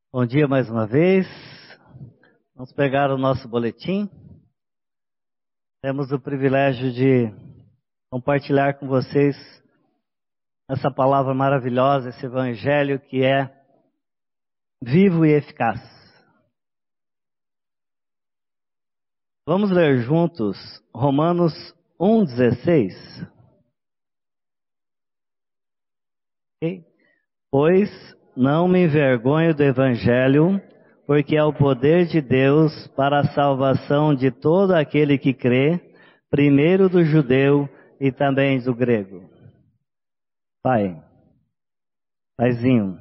Bom dia mais uma vez. Vamos pegar o nosso boletim. Temos o privilégio de compartilhar com vocês essa palavra maravilhosa, esse evangelho que é vivo e eficaz. Vamos ler juntos Romanos 1,16. Okay? Pois não me envergonho do evangelho, porque é o poder de Deus para a salvação de todo aquele que crê, primeiro do judeu e também do grego. Paizinho,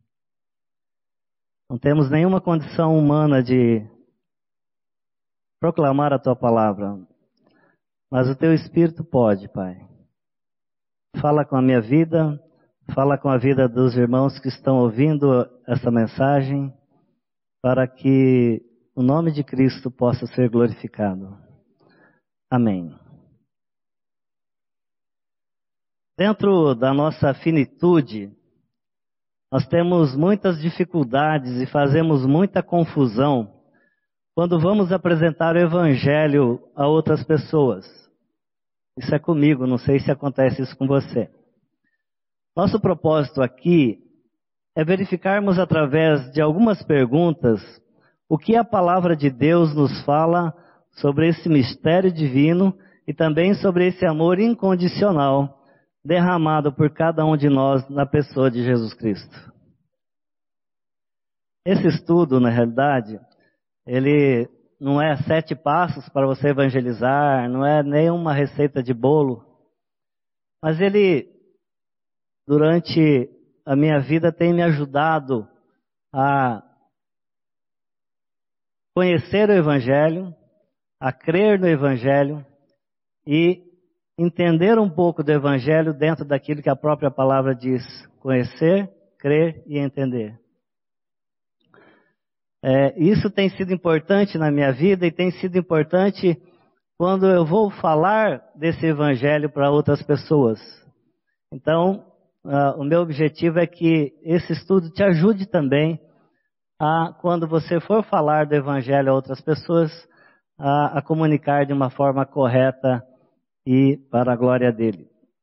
não temos nenhuma condição humana de proclamar a tua palavra, mas o teu Espírito pode, Pai. Fala com a minha vida, fala com a vida dos irmãos que estão ouvindo essa mensagem, para que o nome de Cristo possa ser glorificado. Amém. Dentro da nossa finitude, nós temos muitas dificuldades e fazemos muita confusão quando vamos apresentar o Evangelho a outras pessoas. Isso é comigo, não sei se acontece isso com você. Nosso propósito aqui é verificarmos através de algumas perguntas o que a palavra de Deus nos fala sobre esse mistério divino e também sobre esse amor incondicional derramado por cada um de nós na pessoa de Jesus Cristo. Esse estudo, na realidade, ele não é 7 passos para você evangelizar, não é nenhuma receita de bolo, mas ele, durante a minha vida, tem me ajudado a conhecer o Evangelho, a crer no Evangelho e entender um pouco do Evangelho dentro daquilo que a própria palavra diz: conhecer, crer e entender. Isso tem sido importante na minha vida e tem sido importante quando eu vou falar desse Evangelho para outras pessoas. Então, o meu objetivo é que esse estudo te ajude também a, quando você for falar do Evangelho a outras pessoas, a comunicar de uma forma correta e para a glória dele.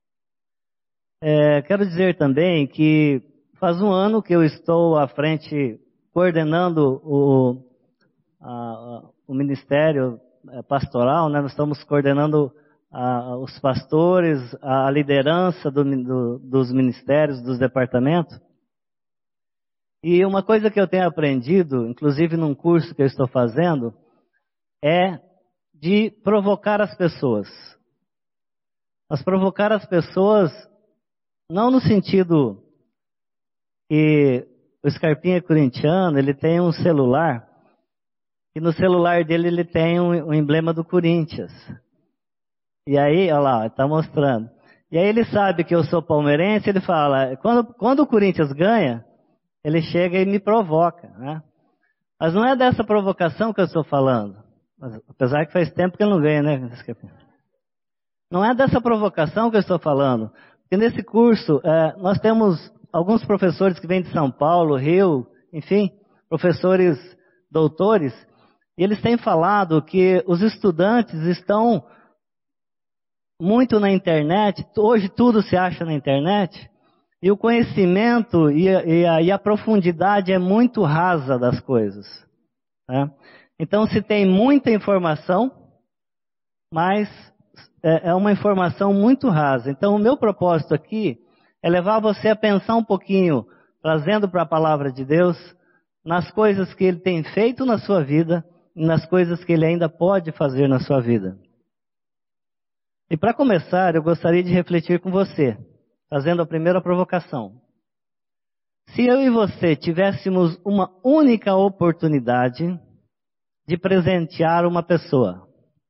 Quero dizer também que faz um ano que eu estou à frente coordenando o ministério pastoral, né? Nós estamos coordenando os pastores, a liderança dos ministérios, dos departamentos. E uma coisa que eu tenho aprendido, inclusive num curso que eu estou fazendo, é de provocar as pessoas. Mas provocar as pessoas não no sentido que o Scarpinha é corintiano, ele tem um celular, e no celular dele ele tem um emblema do Corinthians. E aí, olha lá, está mostrando. E aí ele sabe que eu sou palmeirense, ele fala, quando o Corinthians ganha, ele chega e me provoca, né? Mas não é dessa provocação que eu estou falando. Apesar que faz tempo que eu não ganho, né? Não é dessa provocação que eu estou falando. Porque nesse curso, nós temos alguns professores que vêm de São Paulo, Rio, enfim, professores doutores, e eles têm falado que os estudantes estão muito na internet, hoje tudo se acha na internet, e o conhecimento e a profundidade é muito rasa das coisas, né? Então se tem muita informação, mas é uma informação muito rasa. Então o meu propósito aqui é levar você a pensar um pouquinho, trazendo para a palavra de Deus, nas coisas que Ele tem feito na sua vida e nas coisas que Ele ainda pode fazer na sua vida. E para começar, eu gostaria de refletir com você, fazendo a primeira provocação. Se eu e você tivéssemos uma única oportunidade de presentear uma pessoa,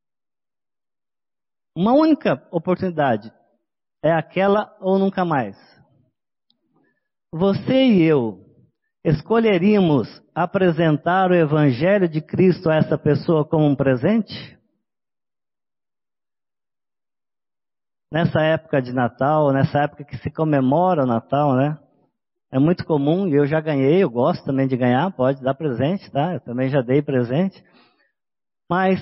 uma única oportunidade, é aquela ou nunca mais, você e eu escolheríamos apresentar o Evangelho de Cristo a essa pessoa como um presente? Nessa época de Natal, nessa época que se comemora o Natal, né? É muito comum, e eu já ganhei, eu gosto também de ganhar, pode dar presente, tá? Eu também já dei presente. Mas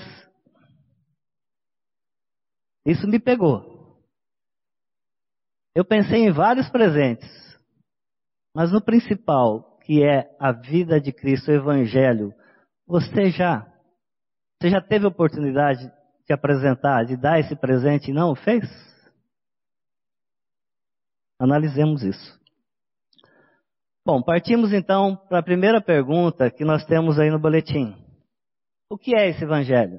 isso me pegou. Eu pensei em vários presentes, mas no principal, que é a vida de Cristo, o Evangelho, você já teve a oportunidade de apresentar, de dar esse presente e não o fez? Analisemos isso. Bom, partimos então para a primeira pergunta que nós temos aí no boletim. O que é esse Evangelho?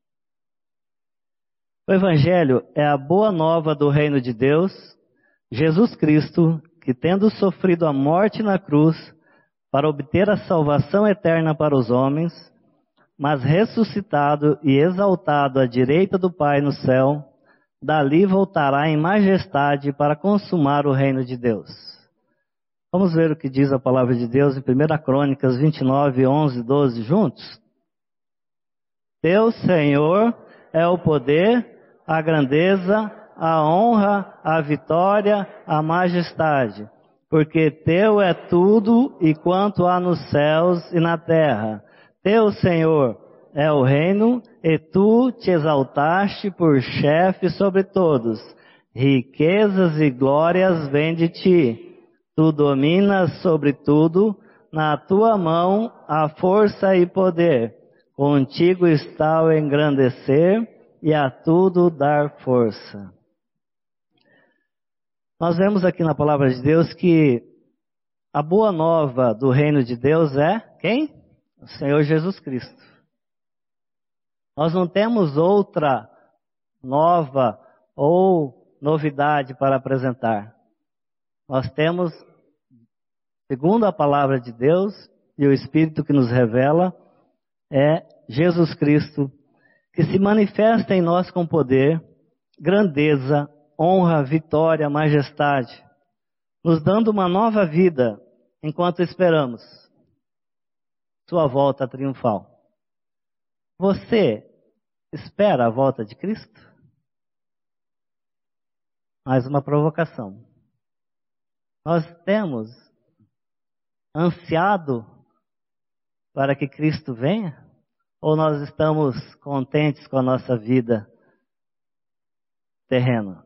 O Evangelho é a boa nova do reino de Deus, Jesus Cristo, que tendo sofrido a morte na cruz para obter a salvação eterna para os homens, mas ressuscitado e exaltado à direita do Pai no céu, dali voltará em majestade para consumar o reino de Deus. Vamos ver o que diz a palavra de Deus em 1 Crônicas 29, 11, 12 juntos? Teu Senhor é o poder, a grandeza, a honra, a vitória, a majestade, porque teu é tudo e quanto há nos céus e na terra. Teu, Senhor, é o reino, e tu te exaltaste por chefe sobre todos. Riquezas e glórias vêm de ti. Tu dominas sobre tudo, na tua mão há força e poder. Contigo está o engrandecer e a tudo dar força. Nós vemos aqui na palavra de Deus que a boa nova do reino de Deus é quem? O Senhor Jesus Cristo. Nós não temos outra nova ou novidade para apresentar. Nós temos, segundo a palavra de Deus e o Espírito que nos revela, é Jesus Cristo, que se manifesta em nós com poder, grandeza, honra, vitória, majestade, nos dando uma nova vida enquanto esperamos sua volta triunfal. Você espera a volta de Cristo? Mais uma provocação. Nós temos ansiado para que Cristo venha? Ou nós estamos contentes com a nossa vida terrena?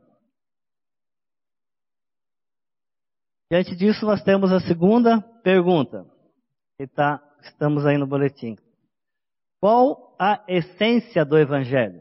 Diante disso, nós temos a segunda pergunta, que estamos aí no boletim. Qual a essência do Evangelho?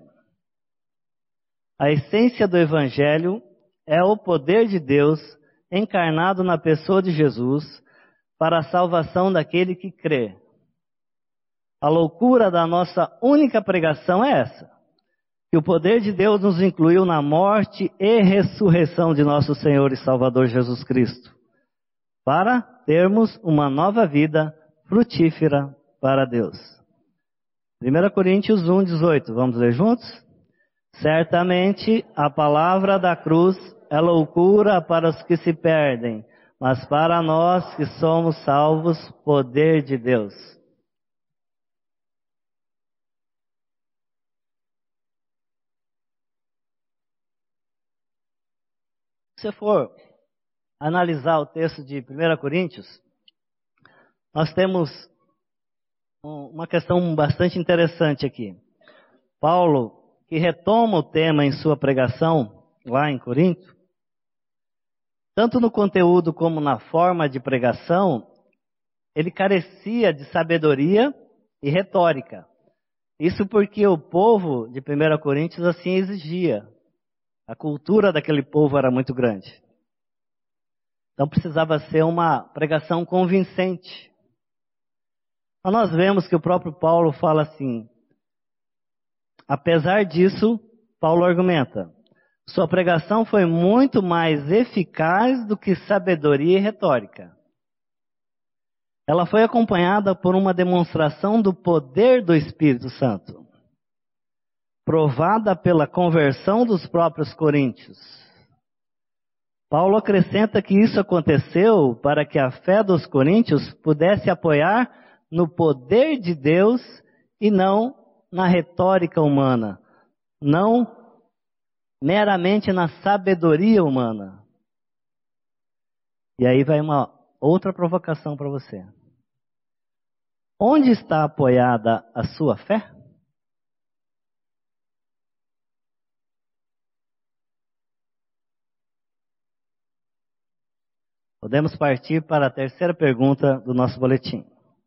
A essência do Evangelho é o poder de Deus encarnado na pessoa de Jesus para a salvação daquele que crê. A loucura da nossa única pregação é essa, que o poder de Deus nos incluiu na morte e ressurreição de nosso Senhor e Salvador Jesus Cristo, para termos uma nova vida frutífera para Deus. 1 Coríntios 1, 18, vamos ler juntos? Certamente a palavra da cruz é loucura para os que se perdem, mas para nós que somos salvos, poder de Deus. Se for analisar o texto de 1 Coríntios, nós temos uma questão bastante interessante aqui. Paulo, que retoma o tema em sua pregação, lá em Corinto, tanto no conteúdo como na forma de pregação, ele carecia de sabedoria e retórica. Isso porque o povo de 1 Coríntios assim exigia. A cultura daquele povo era muito grande. Então precisava ser uma pregação convincente. Mas nós vemos que o próprio Paulo fala assim. Apesar disso, Paulo argumenta, sua pregação foi muito mais eficaz do que sabedoria e retórica. Ela foi acompanhada por uma demonstração do poder do Espírito Santo, provada pela conversão dos próprios coríntios. Paulo acrescenta que isso aconteceu para que a fé dos coríntios pudesse apoiar no poder de Deus e não na retórica humana, não meramente na sabedoria humana. E aí vai uma outra provocação para você. Onde está apoiada a sua fé? Podemos partir para a terceira pergunta do nosso boletim.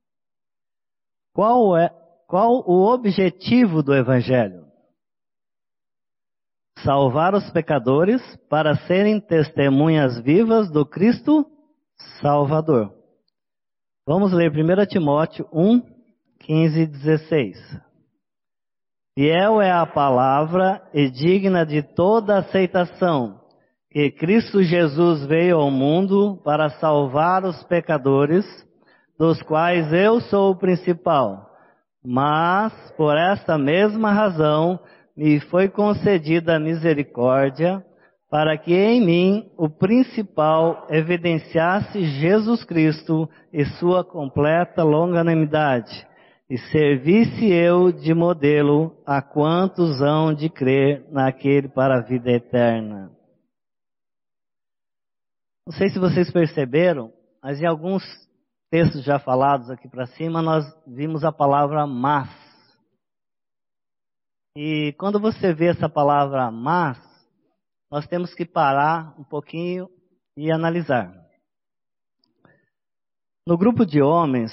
Qual o objetivo do Evangelho? Salvar os pecadores para serem testemunhas vivas do Cristo Salvador. Vamos ler 1 Timóteo 1, 15 e 16. Fiel é a palavra e digna de toda aceitação, que Cristo Jesus veio ao mundo para salvar os pecadores, dos quais eu sou o principal. Mas, por esta mesma razão, me foi concedida a misericórdia, para que em mim o principal evidenciasse Jesus Cristo e sua completa longanimidade, e servisse eu de modelo a quantos hão de crer naquele para a vida eterna. Não sei se vocês perceberam, mas em alguns textos já falados aqui para cima, nós vimos a palavra mas. E quando você vê essa palavra mas, nós temos que parar um pouquinho e analisar. No grupo de homens,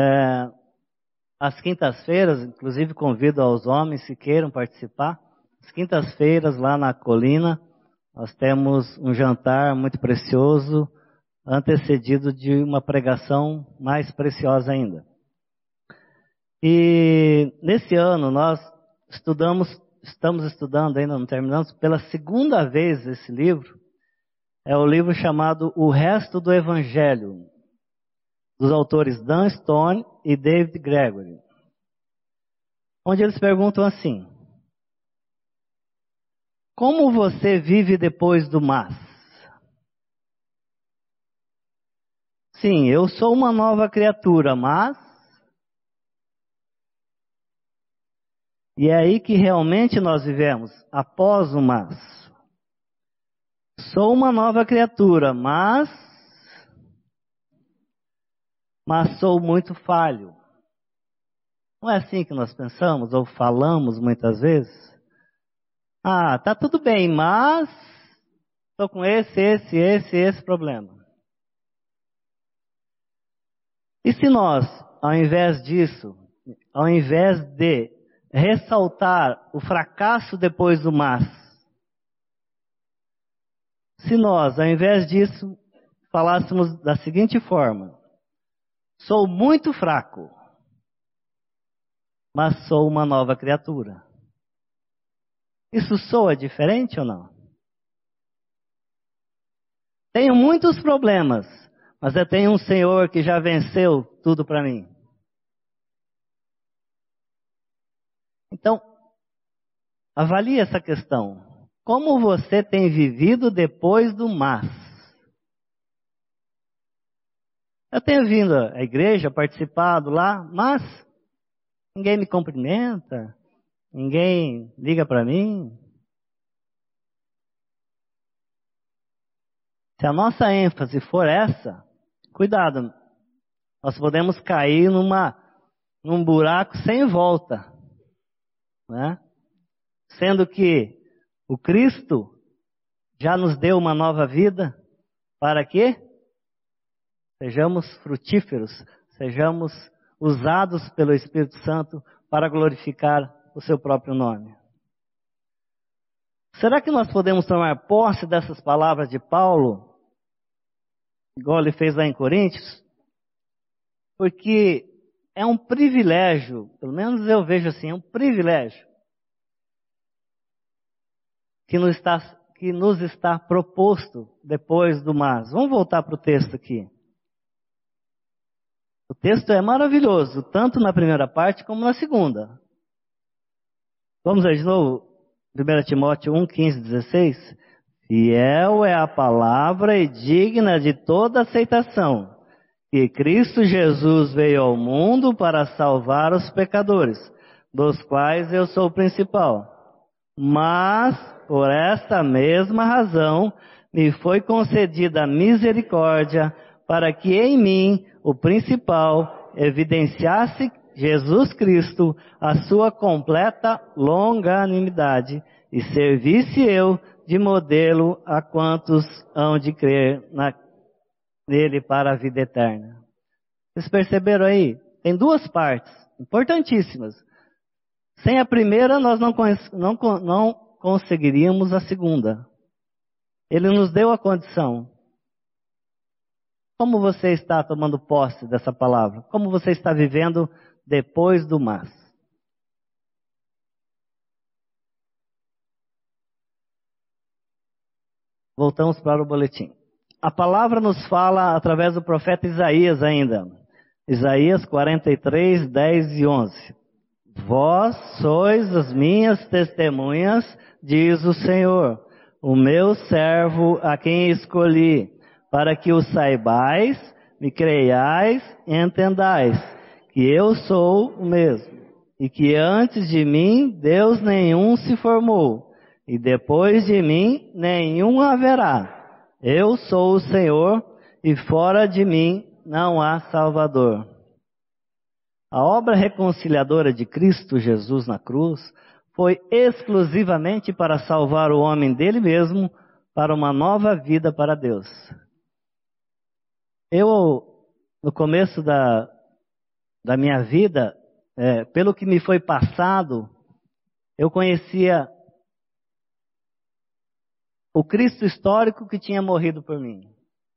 às quintas-feiras, inclusive convido aos homens que queiram participar, às quintas-feiras lá na colina, nós temos um jantar muito precioso, antecedido de uma pregação mais preciosa ainda. E nesse ano nós estamos estudando, ainda não terminamos, pela segunda vez esse livro. É o livro chamado O Resto do Evangelho, dos autores Dan Stone e David Gregory. Onde eles perguntam assim: como você vive depois do mas? Sim, eu sou uma nova criatura, mas... E é aí que realmente nós vivemos, após o mas. Sou uma nova criatura, mas sou muito falho. Não é assim que nós pensamos ou falamos muitas vezes? Ah, tá tudo bem, mas estou com esse problema. E se nós, ao invés disso, ao invés de ressaltar o fracasso depois do mas, se nós, ao invés disso, falássemos da seguinte forma: sou muito fraco, mas sou uma nova criatura. Isso soa diferente ou não? Tenho muitos problemas, mas eu tenho um Senhor que já venceu tudo para mim. Então, avalie essa questão. Como você tem vivido depois do mas? Eu tenho vindo à igreja, participado lá, mas ninguém me cumprimenta, ninguém liga para mim. Se a nossa ênfase for essa, cuidado, nós podemos cair num buraco sem volta, né? Sendo que o Cristo já nos deu uma nova vida para que sejamos frutíferos, sejamos usados pelo Espírito Santo para glorificar o seu próprio nome. Será que nós podemos tomar posse dessas palavras de Paulo, igual ele fez lá em Coríntios? Porque é um privilégio, pelo menos eu vejo assim, é um privilégio que nos está proposto depois do mas. Vamos voltar para o texto aqui. O texto é maravilhoso, tanto na primeira parte como na segunda. Vamos ver de novo, 1 Timóteo 1, 15, 16. Fiel é a palavra e digna de toda aceitação, que Cristo Jesus veio ao mundo para salvar os pecadores, dos quais eu sou o principal. Mas, por esta mesma razão, me foi concedida a misericórdia, para que em mim, o principal, evidenciasse Jesus Cristo a sua completa longanimidade e servisse eu de modelo a quantos hão de crer nele para a vida eterna. Vocês perceberam aí? Tem duas partes importantíssimas. Sem a primeira, nós não conseguiríamos a segunda. Ele nos deu a condição. Como você está tomando posse dessa palavra? Como você está vivendo depois do mas? Voltamos para o boletim. A palavra nos fala através do profeta Isaías ainda. Isaías 43, 10 e 11. Vós sois as minhas testemunhas, diz o Senhor, o meu servo a quem escolhi, para que o saibais, me creiais e entendais, que eu sou o mesmo, e que antes de mim Deus nenhum se formou, e depois de mim nenhum haverá. Eu sou o Senhor, e fora de mim não há Salvador. A obra reconciliadora de Cristo Jesus na cruz foi exclusivamente para salvar o homem dele mesmo para uma nova vida para Deus. Eu, no começo da minha vida, pelo que me foi passado, eu conhecia o Cristo histórico que tinha morrido por mim.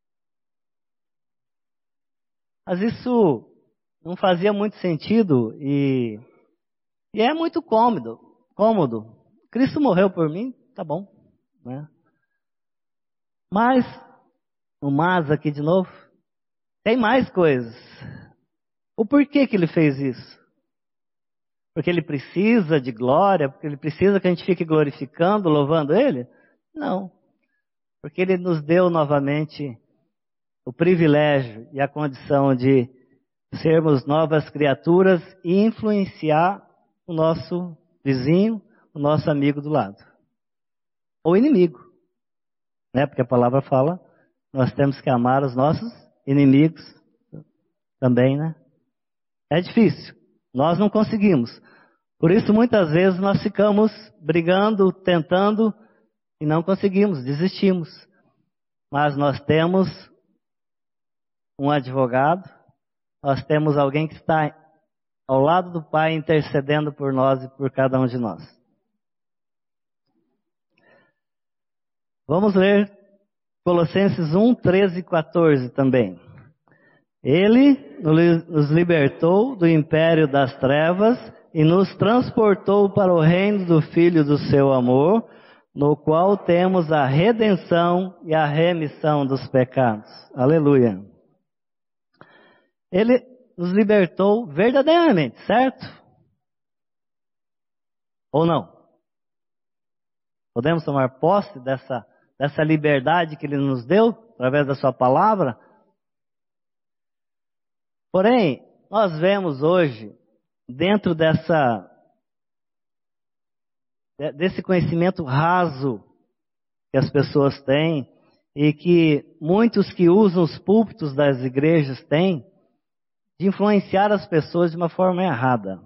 Mas isso não fazia muito sentido e é muito cômodo. Cristo morreu por mim, tá bom, né? Mas aqui de novo, tem mais coisas. O porquê que ele fez isso? Porque ele precisa de glória? Porque ele precisa que a gente fique glorificando, louvando ele? Não. Porque ele nos deu novamente o privilégio e a condição de sermos novas criaturas e influenciar o nosso vizinho, o nosso amigo do lado. Ou inimigo. Né? Porque a palavra fala, nós temos que amar os nossos inimigos também, né? É difícil. Nós não conseguimos. Por isso, muitas vezes, nós ficamos brigando, tentando, e não conseguimos, desistimos. Mas nós temos um advogado, nós temos alguém que está ao lado do Pai intercedendo por nós e por cada um de nós. Vamos ler Colossenses 1, 13 e 14 também. Ele nos libertou do império das trevas e nos transportou para o reino do Filho do seu amor, no qual temos a redenção e a remissão dos pecados. Aleluia. Ele nos libertou verdadeiramente, certo? Ou não? Podemos tomar posse dessa liberdade que Ele nos deu, através da Sua palavra? Porém, nós vemos hoje, dentro desse conhecimento raso que as pessoas têm, e que muitos que usam os púlpitos das igrejas têm, de influenciar as pessoas de uma forma errada.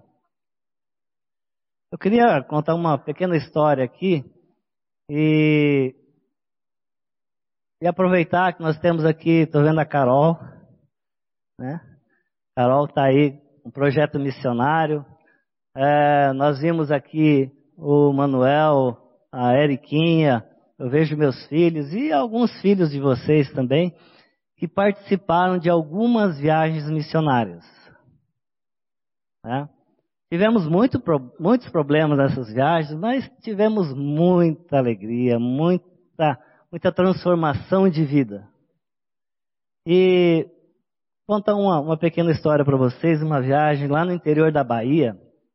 Eu queria contar uma pequena história aqui e aproveitar que nós temos aqui, estou vendo a Carol, né? Carol está aí, um projeto missionário. Nós vimos aqui o Manuel, a Eriquinha, eu vejo meus filhos e alguns filhos de vocês também, que participaram de algumas viagens missionárias. Né? Tivemos muitos problemas nessas viagens, mas tivemos muita alegria, muita transformação de vida. E vou contar uma pequena história para vocês, uma viagem lá no interior da Bahia.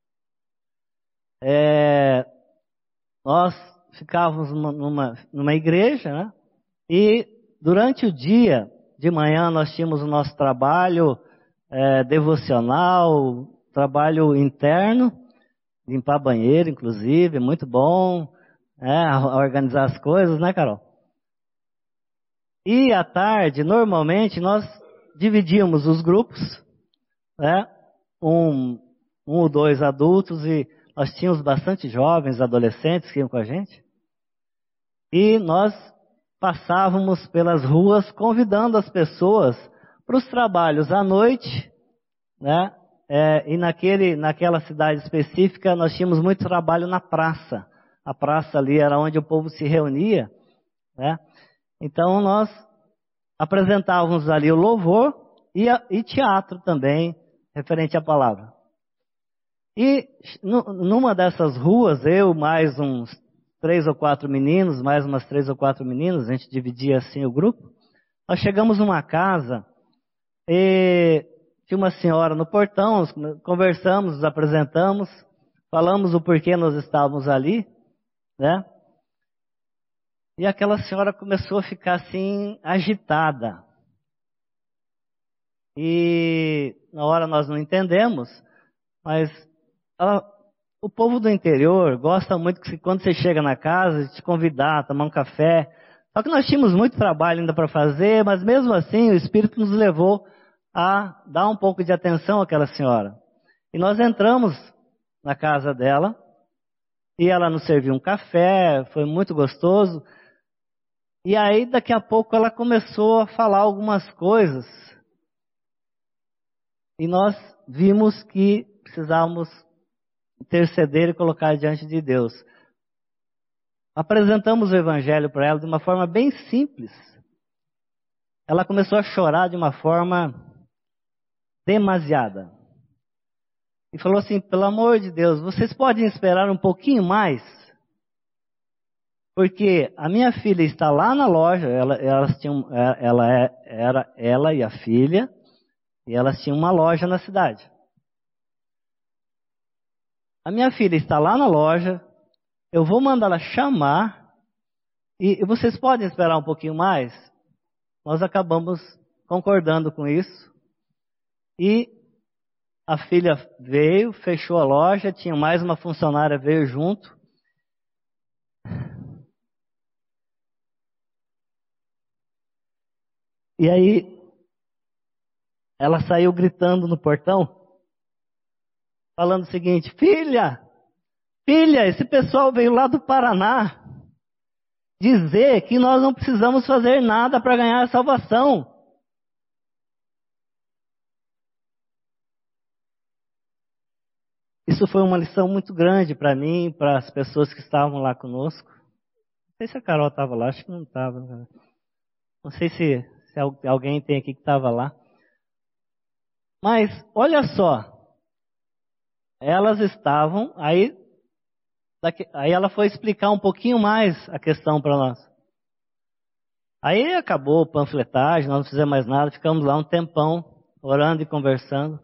Nós ficávamos numa igreja, né? E durante o dia, de manhã, nós tínhamos o nosso trabalho devocional, trabalho interno, limpar banheiro, inclusive, muito bom, organizar as coisas, né, Carol? E à tarde, normalmente, nós dividíamos os grupos, né? Um ou dois adultos, e nós tínhamos bastante jovens, adolescentes que iam com a gente. E nós passávamos pelas ruas convidando as pessoas para os trabalhos à noite, né? E naquela cidade específica nós tínhamos muito trabalho na praça. A praça ali era onde o povo se reunia, né? Então nós apresentávamos ali o louvor e teatro também, referente à palavra. E numa dessas ruas, eu mais uns 3 ou 4 meninos, mais umas 3 ou 4 meninas, a gente dividia assim o grupo. Nós chegamos numa casa e tinha uma senhora no portão, conversamos, nos apresentamos, falamos o porquê nós estávamos ali, né? E aquela senhora começou a ficar assim, agitada. E na hora nós não entendemos, mas o povo do interior gosta muito que quando você chega na casa, te convidar a tomar um café. Só que nós tínhamos muito trabalho ainda para fazer, mas mesmo assim o Espírito nos levou a dar um pouco de atenção àquela senhora. E nós entramos na casa dela, e ela nos serviu um café, foi muito gostoso. E aí daqui a pouco ela começou a falar algumas coisas. E nós vimos que precisávamos interceder e colocar diante de Deus. Apresentamos o Evangelho para ela de uma forma bem simples. Ela começou a chorar de uma forma demasiada. E falou assim, pelo amor de Deus, vocês podem esperar um pouquinho mais? Porque a minha filha está lá na loja, ela e a filha, e elas tinham uma loja na cidade. A minha filha está lá na loja, eu vou mandar ela chamar, e vocês podem esperar um pouquinho mais? Nós acabamos concordando com isso, e a filha veio, fechou a loja, tinha mais uma funcionária, veio junto. E aí, ela saiu gritando no portão, falando o seguinte, filha, esse pessoal veio lá do Paraná dizer que nós não precisamos fazer nada para ganhar a salvação. Isso foi uma lição muito grande para mim, para as pessoas que estavam lá conosco. Não sei se a Carol estava lá, acho que não estava. Não sei se alguém tem aqui que estava lá. Mas, olha só, elas estavam, aí ela foi explicar um pouquinho mais a questão para nós. Aí acabou a panfletagem, nós não fizemos mais nada, ficamos lá um tempão, orando e conversando.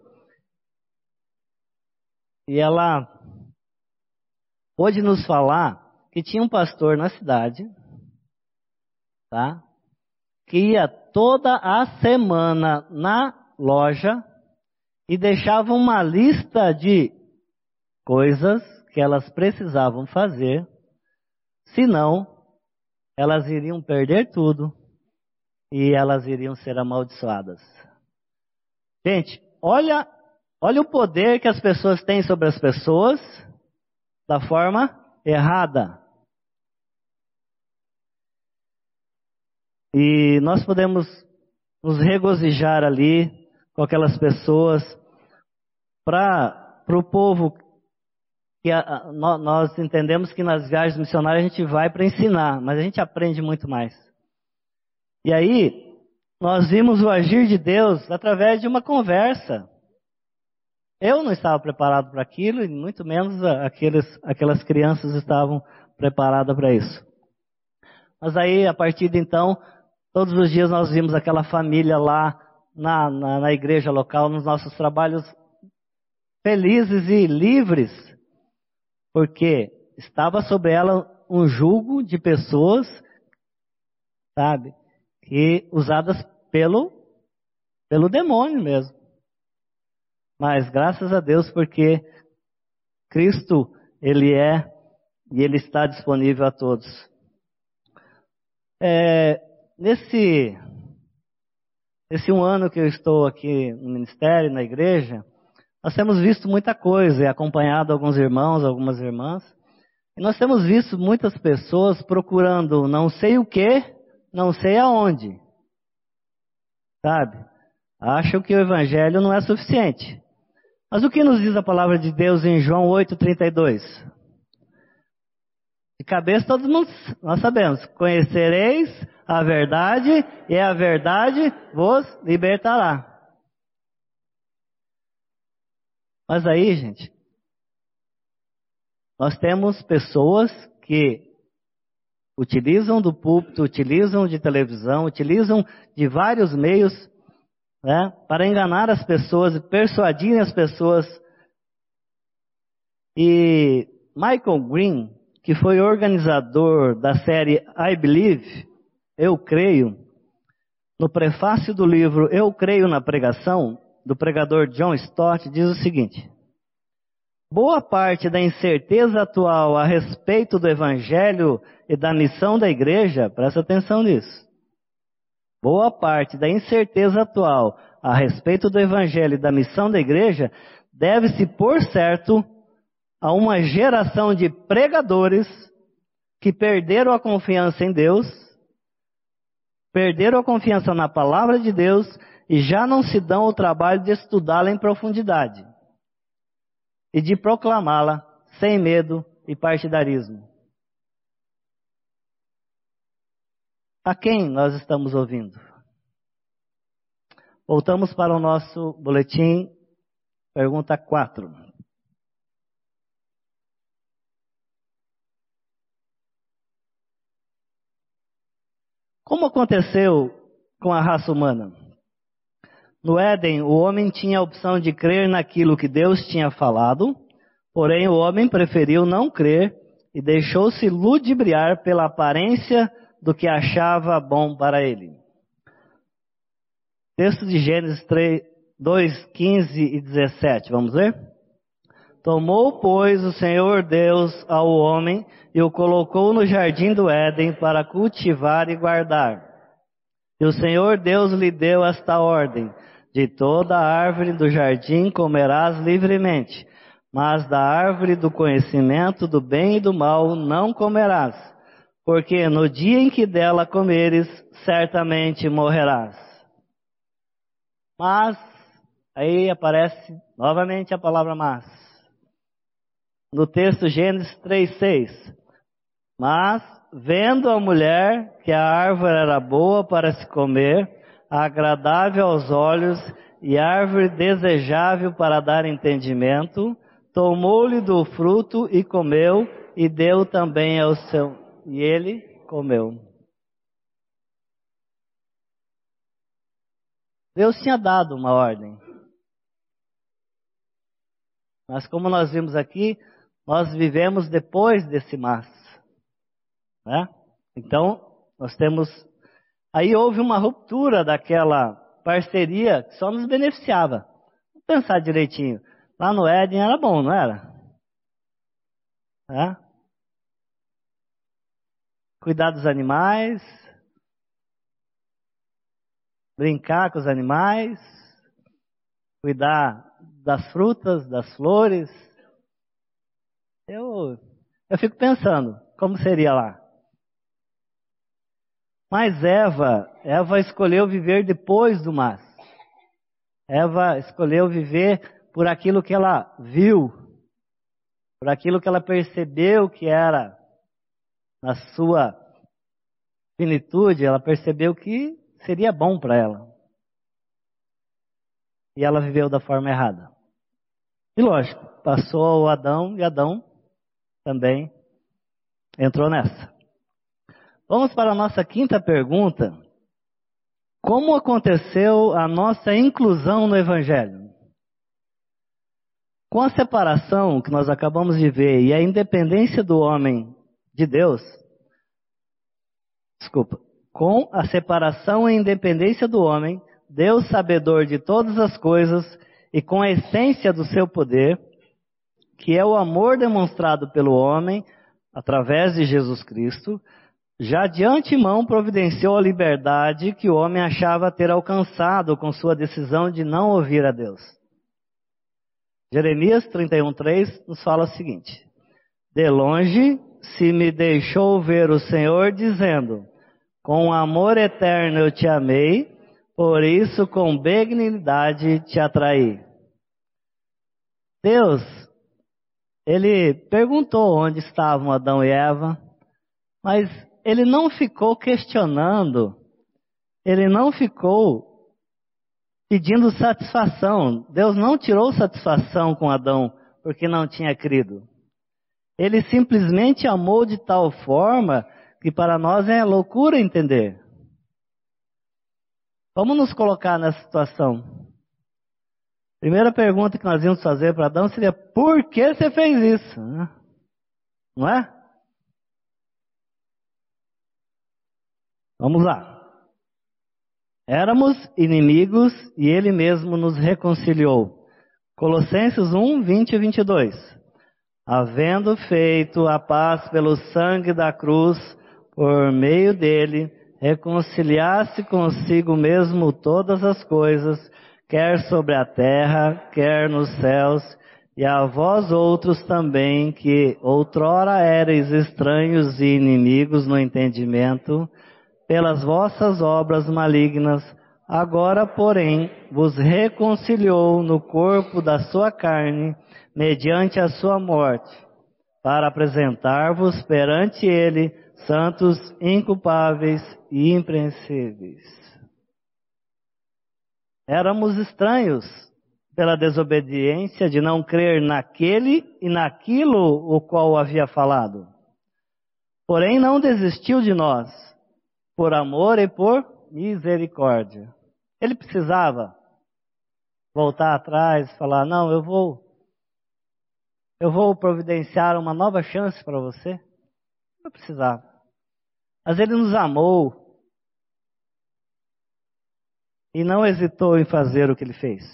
E ela pôde nos falar que tinha um pastor na cidade, tá? Que ia toda a semana na loja e deixava uma lista de coisas que elas precisavam fazer, senão elas iriam perder tudo e elas iriam ser amaldiçoadas. Gente, olha o poder que as pessoas têm sobre as pessoas da forma errada. E nós podemos nos regozijar ali com aquelas pessoas para o povo que nós entendemos que nas viagens missionárias a gente vai para ensinar, mas a gente aprende muito mais. E aí, nós vimos o agir de Deus através de uma conversa. Eu não estava preparado para aquilo, e muito menos aquelas crianças estavam preparadas para isso. Mas aí, a partir de então, todos os dias nós vimos aquela família lá na igreja local, nos nossos trabalhos, felizes e livres, porque estava sobre ela um jugo de pessoas, sabe, que usadas pelo demônio mesmo. Mas graças a Deus, porque Cristo, Ele é e Ele está disponível a todos. nesse um ano que eu estou aqui no ministério, na igreja, nós temos visto muita coisa e acompanhado alguns irmãos, algumas irmãs. E nós temos visto muitas pessoas procurando não sei o que, não sei aonde. Sabe? Acham que o evangelho não é suficiente. Mas o que nos diz a palavra de Deus em João 8,32? De cabeça todos nós sabemos. Conhecereis a verdade e a verdade vos libertará. Mas aí, gente, nós temos pessoas que utilizam do púlpito, utilizam de televisão, utilizam de vários meios, né, para enganar as pessoas e persuadirem as pessoas. E Michael Green, que foi organizador da série I Believe, Eu Creio, no prefácio do livro Eu Creio na Pregação, do pregador John Stott, diz o seguinte: boa parte da incerteza atual a respeito do evangelho e da missão da igreja, presta atenção nisso, boa parte da incerteza atual a respeito do evangelho e da missão da igreja deve-se, por certo, a uma geração de pregadores que perderam a confiança em Deus, perderam a confiança na palavra de Deus e já não se dão o trabalho de estudá-la em profundidade e de proclamá-la sem medo e partidarismo. A quem nós estamos ouvindo? Voltamos para o nosso boletim, pergunta 4. Como aconteceu com a raça humana? No Éden, o homem tinha a opção de crer naquilo que Deus tinha falado, porém o homem preferiu não crer e deixou-se ludibriar pela aparência do que achava bom para ele. Texto de Gênesis 2, 15 e 17, vamos ler? Tomou, pois, o Senhor Deus ao homem e o colocou no jardim do Éden para cultivar e guardar. E o Senhor Deus lhe deu esta ordem: de toda a árvore do jardim comerás livremente, mas da árvore do conhecimento do bem e do mal não comerás, porque no dia em que dela comeres, certamente morrerás. Mas, aí aparece novamente a palavra mas. No texto Gênesis 3:6. Mas, vendo a mulher que a árvore era boa para se comer, agradável aos olhos e árvore desejável para dar entendimento, tomou-lhe do fruto e comeu, e deu também ao seu... E ele comeu. Deus tinha dado uma ordem. Mas como nós vimos aqui, nós vivemos depois desse mas, né? Então, nós temos... Aí houve uma ruptura daquela parceria que só nos beneficiava. Vamos pensar direitinho. Lá no Éden era bom, não era? É? Cuidar dos animais, brincar com os animais, cuidar das frutas, das flores. Eu fico pensando, como seria lá? Mas Eva escolheu viver depois do mas. Eva escolheu viver por aquilo que ela viu, por aquilo que ela percebeu que era, na sua finitude, ela percebeu que seria bom para ela. E ela viveu da forma errada. E lógico, passou o Adão e Adão também entrou nessa. Vamos para a nossa quinta pergunta. Como aconteceu a nossa inclusão no Evangelho? Com a separação que nós acabamos de ver e a independência do homem de Deus, com a separação e independência do homem, Deus sabedor de todas as coisas e com a essência do seu poder, que é o amor demonstrado pelo homem através de Jesus Cristo, já de antemão providenciou a liberdade que o homem achava ter alcançado com sua decisão de não ouvir a Deus. Jeremias 31:3 nos fala o seguinte: de longe se me deixou ver o Senhor dizendo, com amor eterno eu te amei, por isso com benignidade te atraí. Deus, Ele perguntou onde estavam Adão e Eva, mas Ele não ficou questionando, Ele não ficou pedindo satisfação. Deus não tirou satisfação com Adão porque não tinha crido. Ele simplesmente amou de tal forma que para nós é loucura entender. Vamos nos colocar nessa situação. Primeira pergunta que nós íamos fazer para Adão seria: por que você fez isso? Não é? Vamos lá. Éramos inimigos e Ele mesmo nos reconciliou. Colossenses 1:20 e 22. Havendo feito a paz pelo sangue da cruz, por meio dele, reconciliasse consigo mesmo todas as coisas, quer sobre a terra, quer nos céus, e a vós outros também, que outrora éreis estranhos e inimigos no entendimento, pelas vossas obras malignas, agora, porém, vos reconciliou no corpo da sua carne, mediante a sua morte, para apresentar-vos perante ele santos, inculpáveis e impreensíveis. Éramos estranhos pela desobediência de não crer naquele e naquilo o qual havia falado. Porém, não desistiu de nós, por amor e por misericórdia. Ele precisava voltar atrás e falar: não, eu vou providenciar uma nova chance para você. Não precisava. Mas ele nos amou e não hesitou em fazer o que ele fez.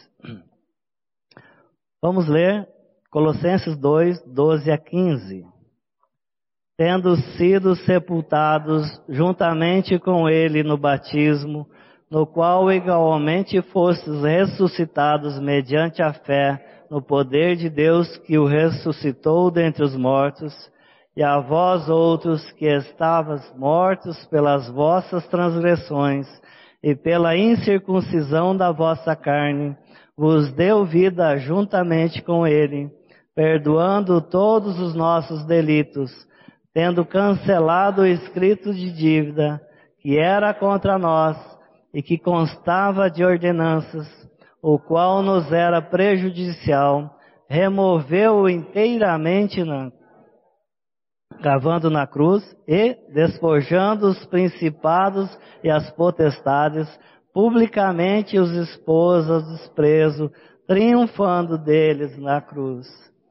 Vamos ler Colossenses 2:12 a 15. Tendo sido sepultados juntamente com ele no batismo, no qual igualmente fostes ressuscitados mediante a fé no poder de Deus que o ressuscitou dentre os mortos, e a vós outros que estavas mortos pelas vossas transgressões e pela incircuncisão da vossa carne, vos deu vida juntamente com ele, perdoando todos os nossos delitos, tendo cancelado o escrito de dívida que era contra nós e que constava de ordenanças, o qual nos era prejudicial, removeu-o inteiramente, cravando na cruz, e, despojando os principados e as potestades, publicamente os expôs ao desprezo, triunfando deles na cruz.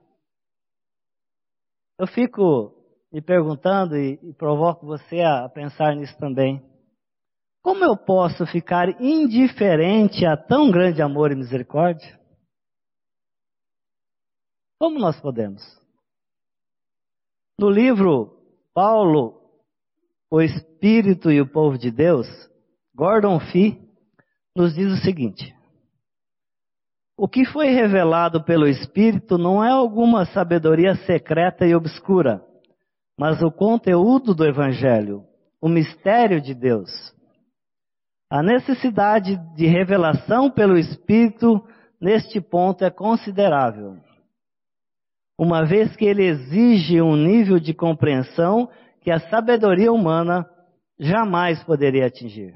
Eu fico me perguntando e provoco você a pensar nisso também. Como eu posso ficar indiferente a tão grande amor e misericórdia? Como nós podemos? No livro Paulo, o Espírito e o Povo de Deus, Gordon Fee nos diz o seguinte: o que foi revelado pelo Espírito não é alguma sabedoria secreta e obscura, mas o conteúdo do Evangelho, o mistério de Deus. A necessidade de revelação pelo Espírito neste ponto é considerável, uma vez que ele exige um nível de compreensão que a sabedoria humana jamais poderia atingir.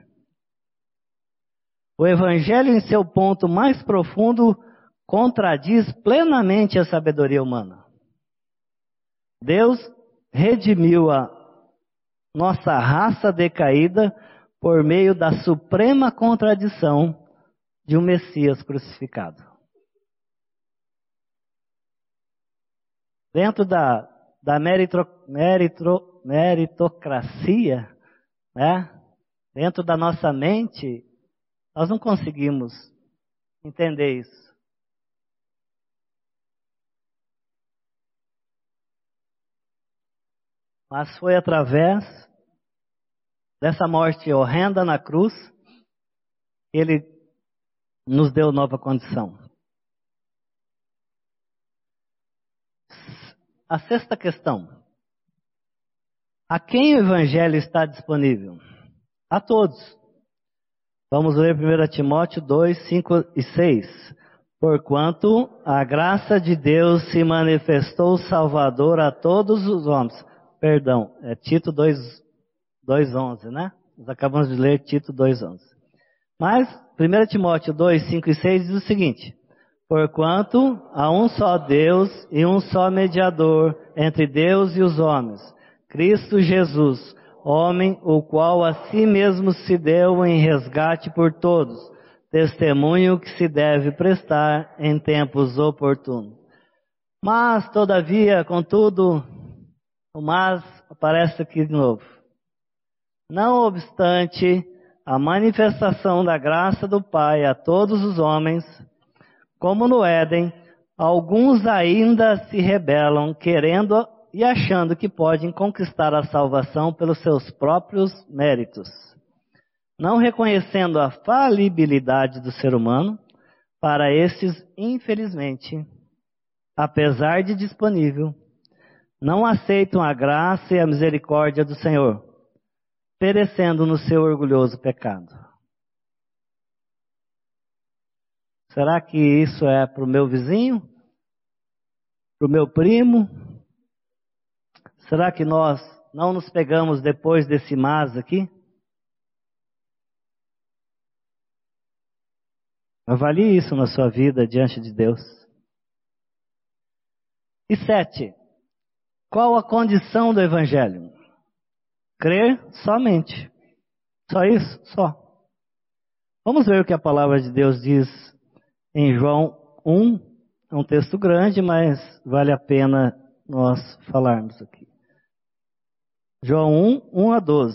O Evangelho, em seu ponto mais profundo, contradiz plenamente a sabedoria humana. Deus redimiu a nossa raça decaída por meio da suprema contradição de um Messias crucificado. Dentro da meritocracia, né? Dentro da nossa mente, nós não conseguimos entender isso. Mas foi através dessa morte horrenda na cruz, Ele nos deu nova condição. A sexta questão. A quem o Evangelho está disponível? A todos. Vamos ler 1 Timóteo 2, 5 e 6. Porquanto a graça de Deus se manifestou salvador a todos os homens. Perdão, é Tito 2:11, né? Nós acabamos de ler Tito 2:11. Mas 1 Timóteo 2, 5 e 6 diz o seguinte: porquanto há um só Deus e um só mediador entre Deus e os homens, Cristo Jesus, homem, o qual a si mesmo se deu em resgate por todos, testemunho que se deve prestar em tempos oportunos. Mas, todavia, contudo, o mas aparece aqui de novo. Não obstante a manifestação da graça do Pai a todos os homens, como no Éden, alguns ainda se rebelam, querendo e achando que podem conquistar a salvação pelos seus próprios méritos. Não reconhecendo a falibilidade do ser humano, para estes, infelizmente, apesar de disponível, não aceitam a graça e a misericórdia do Senhor, perecendo no seu orgulhoso pecado. Será que isso é para o meu vizinho? Para o meu primo? Será que nós não nos pegamos depois desse mas aqui? Avalie isso na sua vida diante de Deus. E 7. Qual a condição do Evangelho? Crer somente. Só isso? Só. Vamos ver o que a palavra de Deus diz em João 1. É um texto grande, mas vale a pena nós falarmos aqui. João 1, 1 a 12.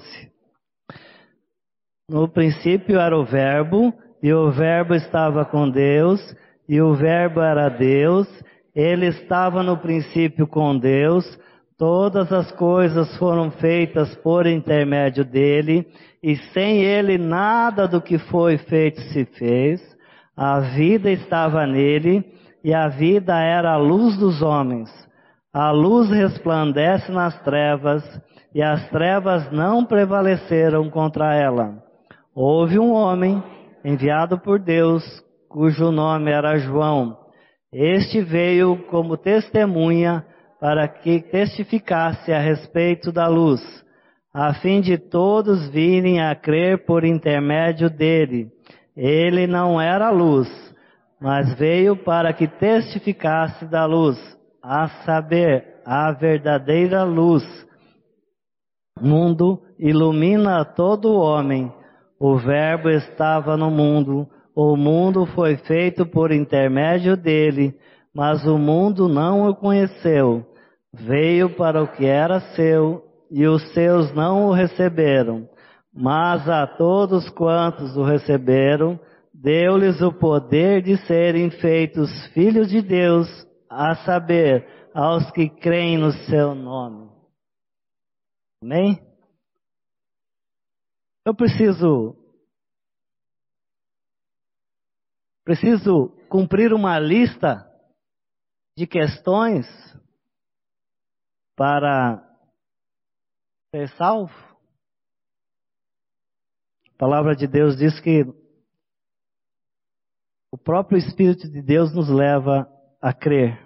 No princípio era o Verbo, e o Verbo estava com Deus, e o Verbo era Deus. Ele estava no princípio com Deus. Todas as coisas foram feitas por intermédio dele, e sem ele nada do que foi feito se fez. A vida estava nele, e a vida era a luz dos homens. A luz resplandece nas trevas, e as trevas não prevaleceram contra ela. Houve um homem enviado por Deus, cujo nome era João. Este veio como testemunha para que testificasse a respeito da luz, a fim de todos virem a crer por intermédio dele. Ele não era luz, mas veio para que testificasse da luz, a saber, a verdadeira luz. O mundo ilumina todo homem. O Verbo estava no mundo. O mundo foi feito por intermédio dele, mas o mundo não o conheceu. Veio para o que era seu, e os seus não o receberam. Mas a todos quantos o receberam, deu-lhes o poder de serem feitos filhos de Deus, a saber, aos que creem no seu nome. Amém? Eu preciso cumprir uma lista de questões para ser salvo? A palavra de Deus diz que o próprio Espírito de Deus nos leva a crer.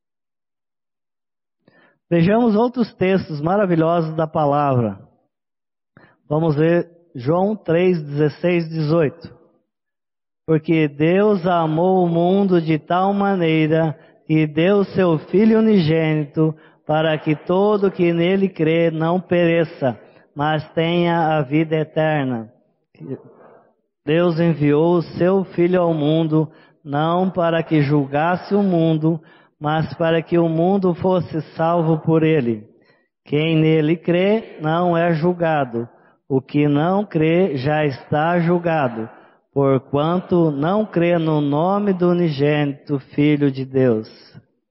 Vejamos outros textos maravilhosos da palavra. Vamos ver João 3, 16, 18. Porque Deus amou o mundo de tal maneira que deu seu Filho unigênito, para que todo que nele crê não pereça, mas tenha a vida eterna. Deus enviou o seu Filho ao mundo, não para que julgasse o mundo, mas para que o mundo fosse salvo por ele. Quem nele crê não é julgado. O que não crê já está julgado, porquanto não crê no nome do unigênito Filho de Deus.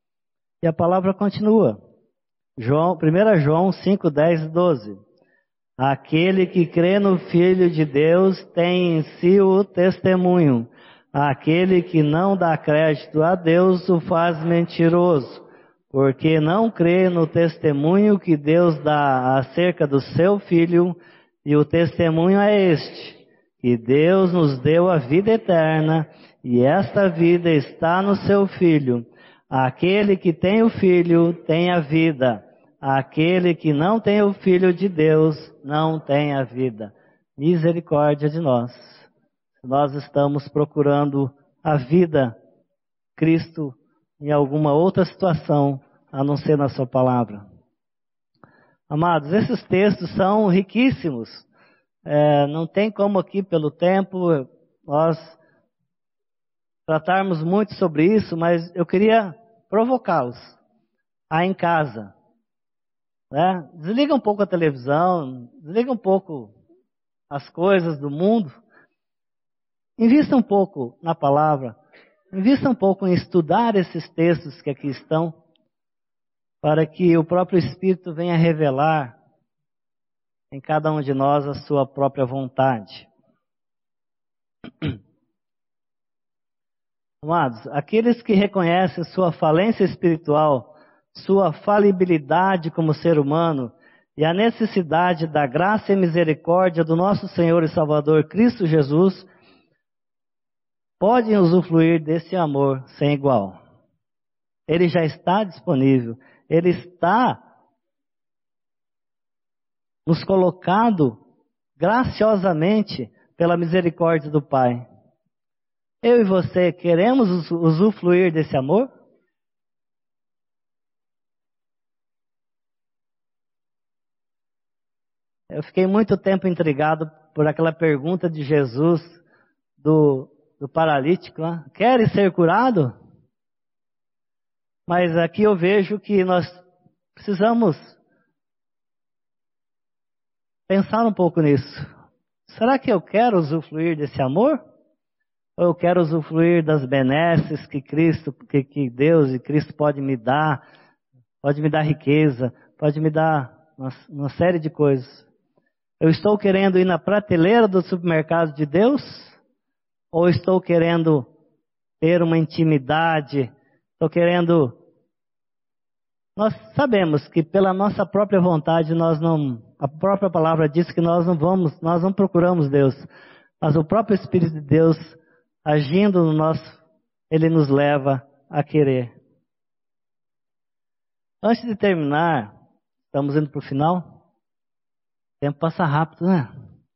E a palavra continua. 1 João 5, 10 e 12. Aquele que crê no Filho de Deus tem em si o testemunho. Aquele que não dá crédito a Deus o faz mentiroso, porque não crê no testemunho que Deus dá acerca do seu Filho, e o testemunho é este, que Deus nos deu a vida eterna, e esta vida está no seu Filho. Aquele que tem o Filho tem a vida. Aquele que não tem o Filho de Deus não tem a vida. Misericórdia de nós. Nós estamos procurando a vida, Cristo, em alguma outra situação, a não ser na sua palavra. Amados, esses textos são riquíssimos. Não tem como aqui, pelo tempo, nós tratarmos muito sobre isso, mas eu queria provocá-los a em casa. Desliga um pouco a televisão, desliga um pouco as coisas do mundo, invista um pouco na palavra, invista um pouco em estudar esses textos que aqui estão, para que o próprio Espírito venha revelar em cada um de nós a sua própria vontade. Amados, aqueles que reconhecem sua falência espiritual, sua falibilidade como ser humano e a necessidade da graça e misericórdia do nosso Senhor e Salvador Cristo Jesus, podem usufruir desse amor sem igual. Ele já está disponível, ele está nos colocado graciosamente pela misericórdia do Pai. Eu e você queremos usufruir desse amor? Eu fiquei muito tempo intrigado por aquela pergunta de Jesus do paralítico, né? Queres ser curado? Mas aqui eu vejo que nós precisamos pensar um pouco nisso. Será que eu quero usufruir desse amor? Ou eu quero usufruir das benesses que Cristo, que Deus e Cristo pode me dar riqueza, pode me dar uma série de coisas. Eu estou querendo ir na prateleira do supermercado de Deus? Ou estou querendo ter uma intimidade? Estou querendo... Nós sabemos que pela nossa própria vontade a própria palavra diz que nós não procuramos Deus. Mas o próprio Espírito de Deus, agindo no nosso, ele nos leva a querer. Antes de terminar, estamos indo para o final. O tempo passa rápido, né?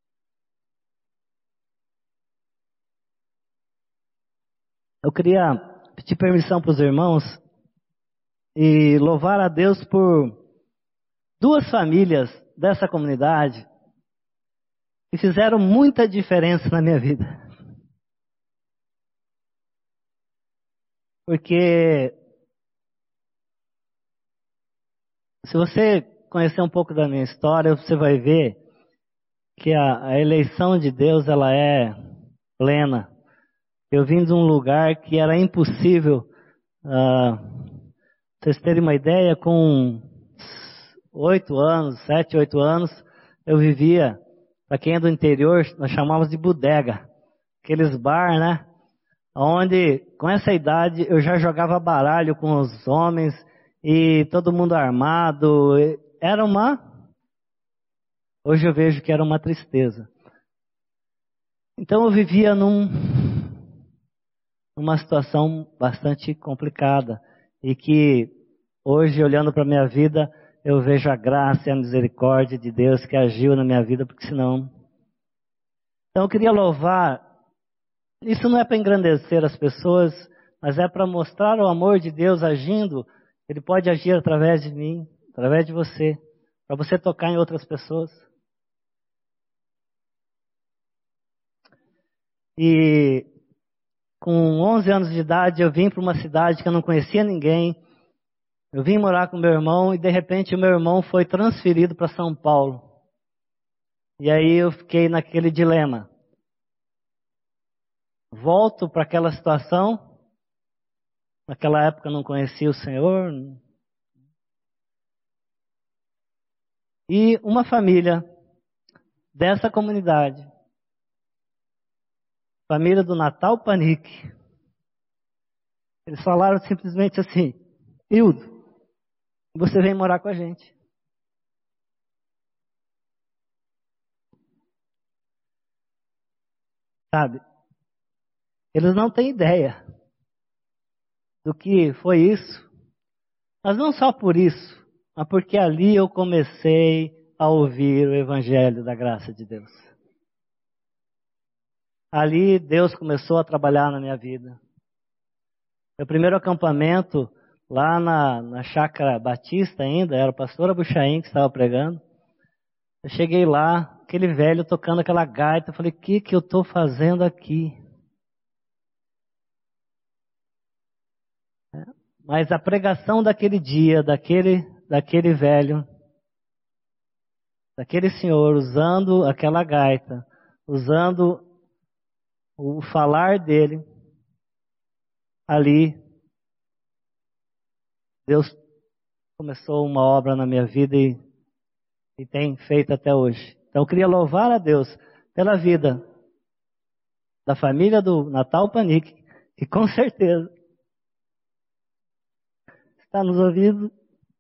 Eu queria pedir permissão para os irmãos e louvar a Deus por duas famílias dessa comunidade que fizeram muita diferença na minha vida. Porque se você conhecer um pouco da minha história, você vai ver que a eleição de Deus, ela é plena. Eu vim de um lugar que era impossível. Vocês terem uma ideia, com 7, 8 anos, eu vivia, para quem é do interior, nós chamávamos de bodega. Aqueles bar, né? Onde, com essa idade, eu já jogava baralho com os homens e todo mundo armado. Hoje eu vejo que era uma tristeza. Então eu vivia numa situação bastante complicada. E que hoje, olhando para a minha vida, eu vejo a graça e a misericórdia de Deus que agiu na minha vida, porque senão... Então eu queria louvar. Isso não é para engrandecer as pessoas, mas é para mostrar o amor de Deus agindo. Ele pode agir através de mim, através de você, para você tocar em outras pessoas. E com 11 anos de idade, eu vim para uma cidade que eu não conhecia ninguém. Eu vim morar com meu irmão e de repente o meu irmão foi transferido para São Paulo. E aí eu fiquei naquele dilema. Volto para aquela situação. Naquela época eu não conhecia o Senhor. E uma família dessa comunidade, família do Natal Panic, eles falaram simplesmente assim: Hildo, você vem morar com a gente. Sabe? Eles não têm ideia do que foi isso. Mas não só por isso, mas porque ali eu comecei a ouvir o Evangelho da graça de Deus. Ali Deus começou a trabalhar na minha vida. Meu primeiro acampamento, lá na Chácara Batista ainda, era o pastor Abuchaim que estava pregando. Eu cheguei lá, aquele velho tocando aquela gaita, eu falei: o que eu estou fazendo aqui? Mas a pregação daquele dia, daquele velho, daquele senhor, usando aquela gaita, usando o falar dele, ali, Deus começou uma obra na minha vida e tem feito até hoje. Então eu queria louvar a Deus pela vida da família do Natal Panic, que com certeza está nos ouvindo.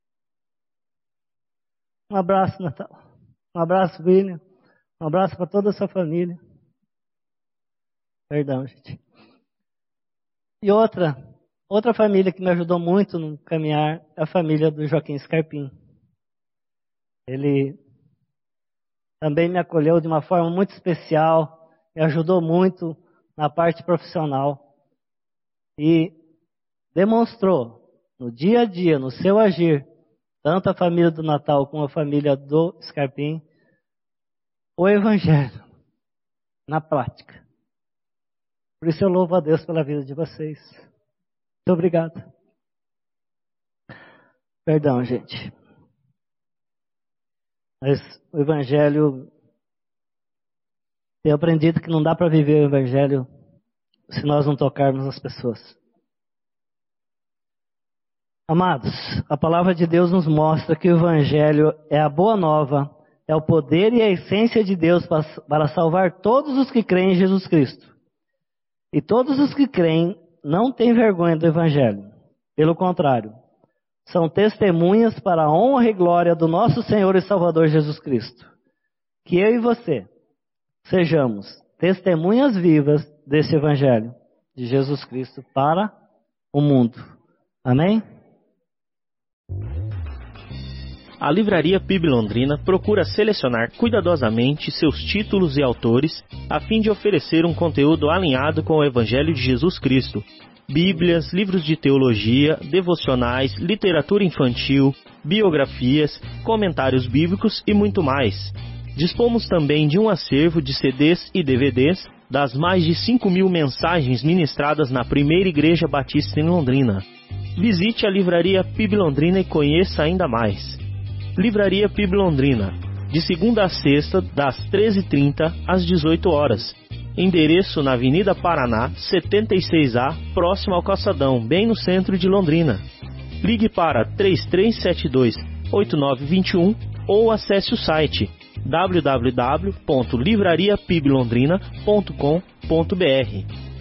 Um abraço, Natal. Um abraço, William. Um abraço para toda a sua família. Perdão, gente. E outra família que me ajudou muito no caminhar é a família do Joaquim Scarpim. Ele também me acolheu de uma forma muito especial, me ajudou muito na parte profissional e demonstrou no dia a dia, no seu agir, tanto a família do Natal como a família do Scarpim, o Evangelho na prática. Por isso eu louvo a Deus pela vida de vocês. Muito obrigado. Perdão, gente. Mas o Evangelho, tenho aprendido que não dá para viver o Evangelho se nós não tocarmos nas pessoas. Amados, a palavra de Deus nos mostra que o Evangelho é a boa nova, é o poder e a essência de Deus para salvar todos os que creem em Jesus Cristo. E todos os que creem não têm vergonha do Evangelho. Pelo contrário, são testemunhas para a honra e glória do nosso Senhor e Salvador Jesus Cristo. Que eu e você sejamos testemunhas vivas desse Evangelho de Jesus Cristo para o mundo. Amém? A Livraria PIB Londrina procura selecionar cuidadosamente seus títulos e autores a fim de oferecer um conteúdo alinhado com o Evangelho de Jesus Cristo. Bíblias, livros de teologia, devocionais, literatura infantil, biografias, comentários bíblicos e muito mais. Dispomos também de um acervo de CDs e DVDs das mais de 5.000 mensagens ministradas na Primeira Igreja Batista em Londrina. Visite a Livraria PIB Londrina e conheça ainda mais. Livraria PIB Londrina, de segunda a sexta, das 13h30 às 18 horas. Endereço na Avenida Paraná, 76A, próximo ao Calçadão, bem no centro de Londrina. Ligue para 3372-8921 ou acesse o site www.livrariapiblondrina.com.br.